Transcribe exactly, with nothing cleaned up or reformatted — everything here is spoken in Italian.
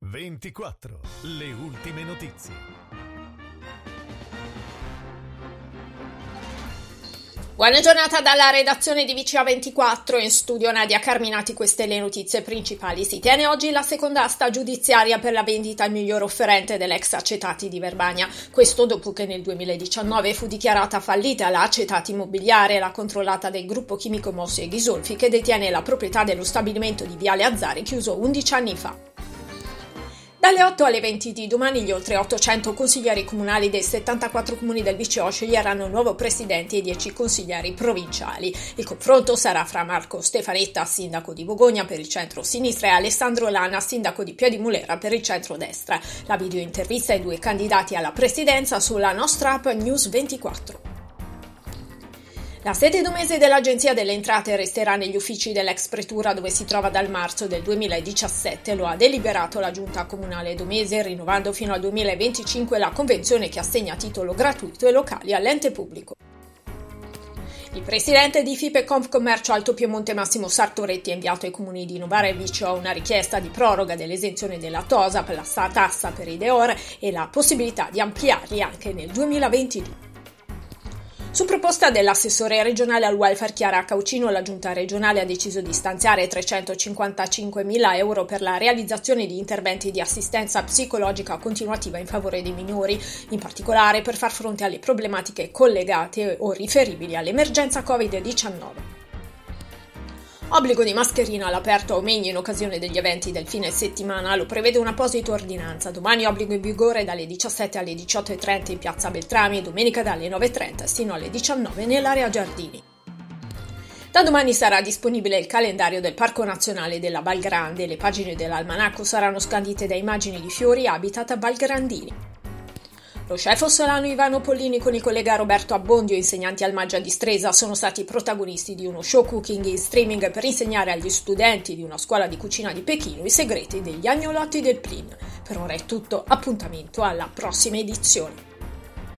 ventiquattro, le ultime notizie. Buona giornata dalla redazione di V C A ventiquattro, in studio Nadia Carminati. Queste le notizie principali. Si tiene oggi la seconda asta giudiziaria per la vendita al miglior offerente dell'ex Acetati di Verbania. Questo dopo che nel duemiladiciannove fu dichiarata fallita la Acetati Immobiliare, la controllata del gruppo chimico Mossi e Ghisolfi, che detiene la proprietà dello stabilimento di Viale Azzari, chiuso undici anni fa. Dalle otto alle venti di domani gli oltre ottocento consiglieri comunali dei settantaquattro comuni del V C O sceglieranno un nuovo presidente e dieci consiglieri provinciali. Il confronto sarà fra Marco Stefanetta, sindaco di Bogogna per il centro-sinistra, e Alessandro Lana, sindaco di Piedimulera per il centro-destra. La videointervista ai due candidati alla presidenza sulla nostra app News ventiquattro. La sede domese dell'Agenzia delle Entrate resterà negli uffici dell'ex pretura, dove si trova dal marzo del duemiladiciassette. Lo ha deliberato la Giunta Comunale Domese, rinnovando fino al duemilaventicinque la convenzione che assegna titolo gratuito e locali all'ente pubblico. Il presidente di Fipeconfcommercio Alto Piemonte Massimo Sartoretti ha inviato ai comuni di Novara e Vicio una richiesta di proroga dell'esenzione della TOSAP, per la tassa per i Deor e la possibilità di ampliarli anche nel duemilaventidue. Su proposta dell'assessore regionale al welfare Chiara Caucino, la giunta regionale ha deciso di stanziare trecentocinquantacinquemila euro per la realizzazione di interventi di assistenza psicologica continuativa in favore dei minori, in particolare per far fronte alle problematiche collegate o riferibili all'emergenza covid diciannove. Obbligo di mascherina all'aperto a Omegna in occasione degli eventi del fine settimana, lo prevede un'apposita ordinanza. Domani obbligo in vigore dalle diciassette alle diciotto e trenta in piazza Beltrami e domenica dalle nove e trenta sino alle diciannove nell'area Giardini. Da domani sarà disponibile il calendario del Parco Nazionale della Val Grande. Le pagine dell'almanacco saranno scandite da immagini di fiori Habitat Valgrandini. Lo chef ossolano Ivano Pollini con il collega Roberto Abbondio, insegnanti al Maggia di Stresa, sono stati protagonisti di uno show cooking in streaming per insegnare agli studenti di una scuola di cucina di Pechino i segreti degli agnolotti del Plin. Per ora è tutto, appuntamento alla prossima edizione.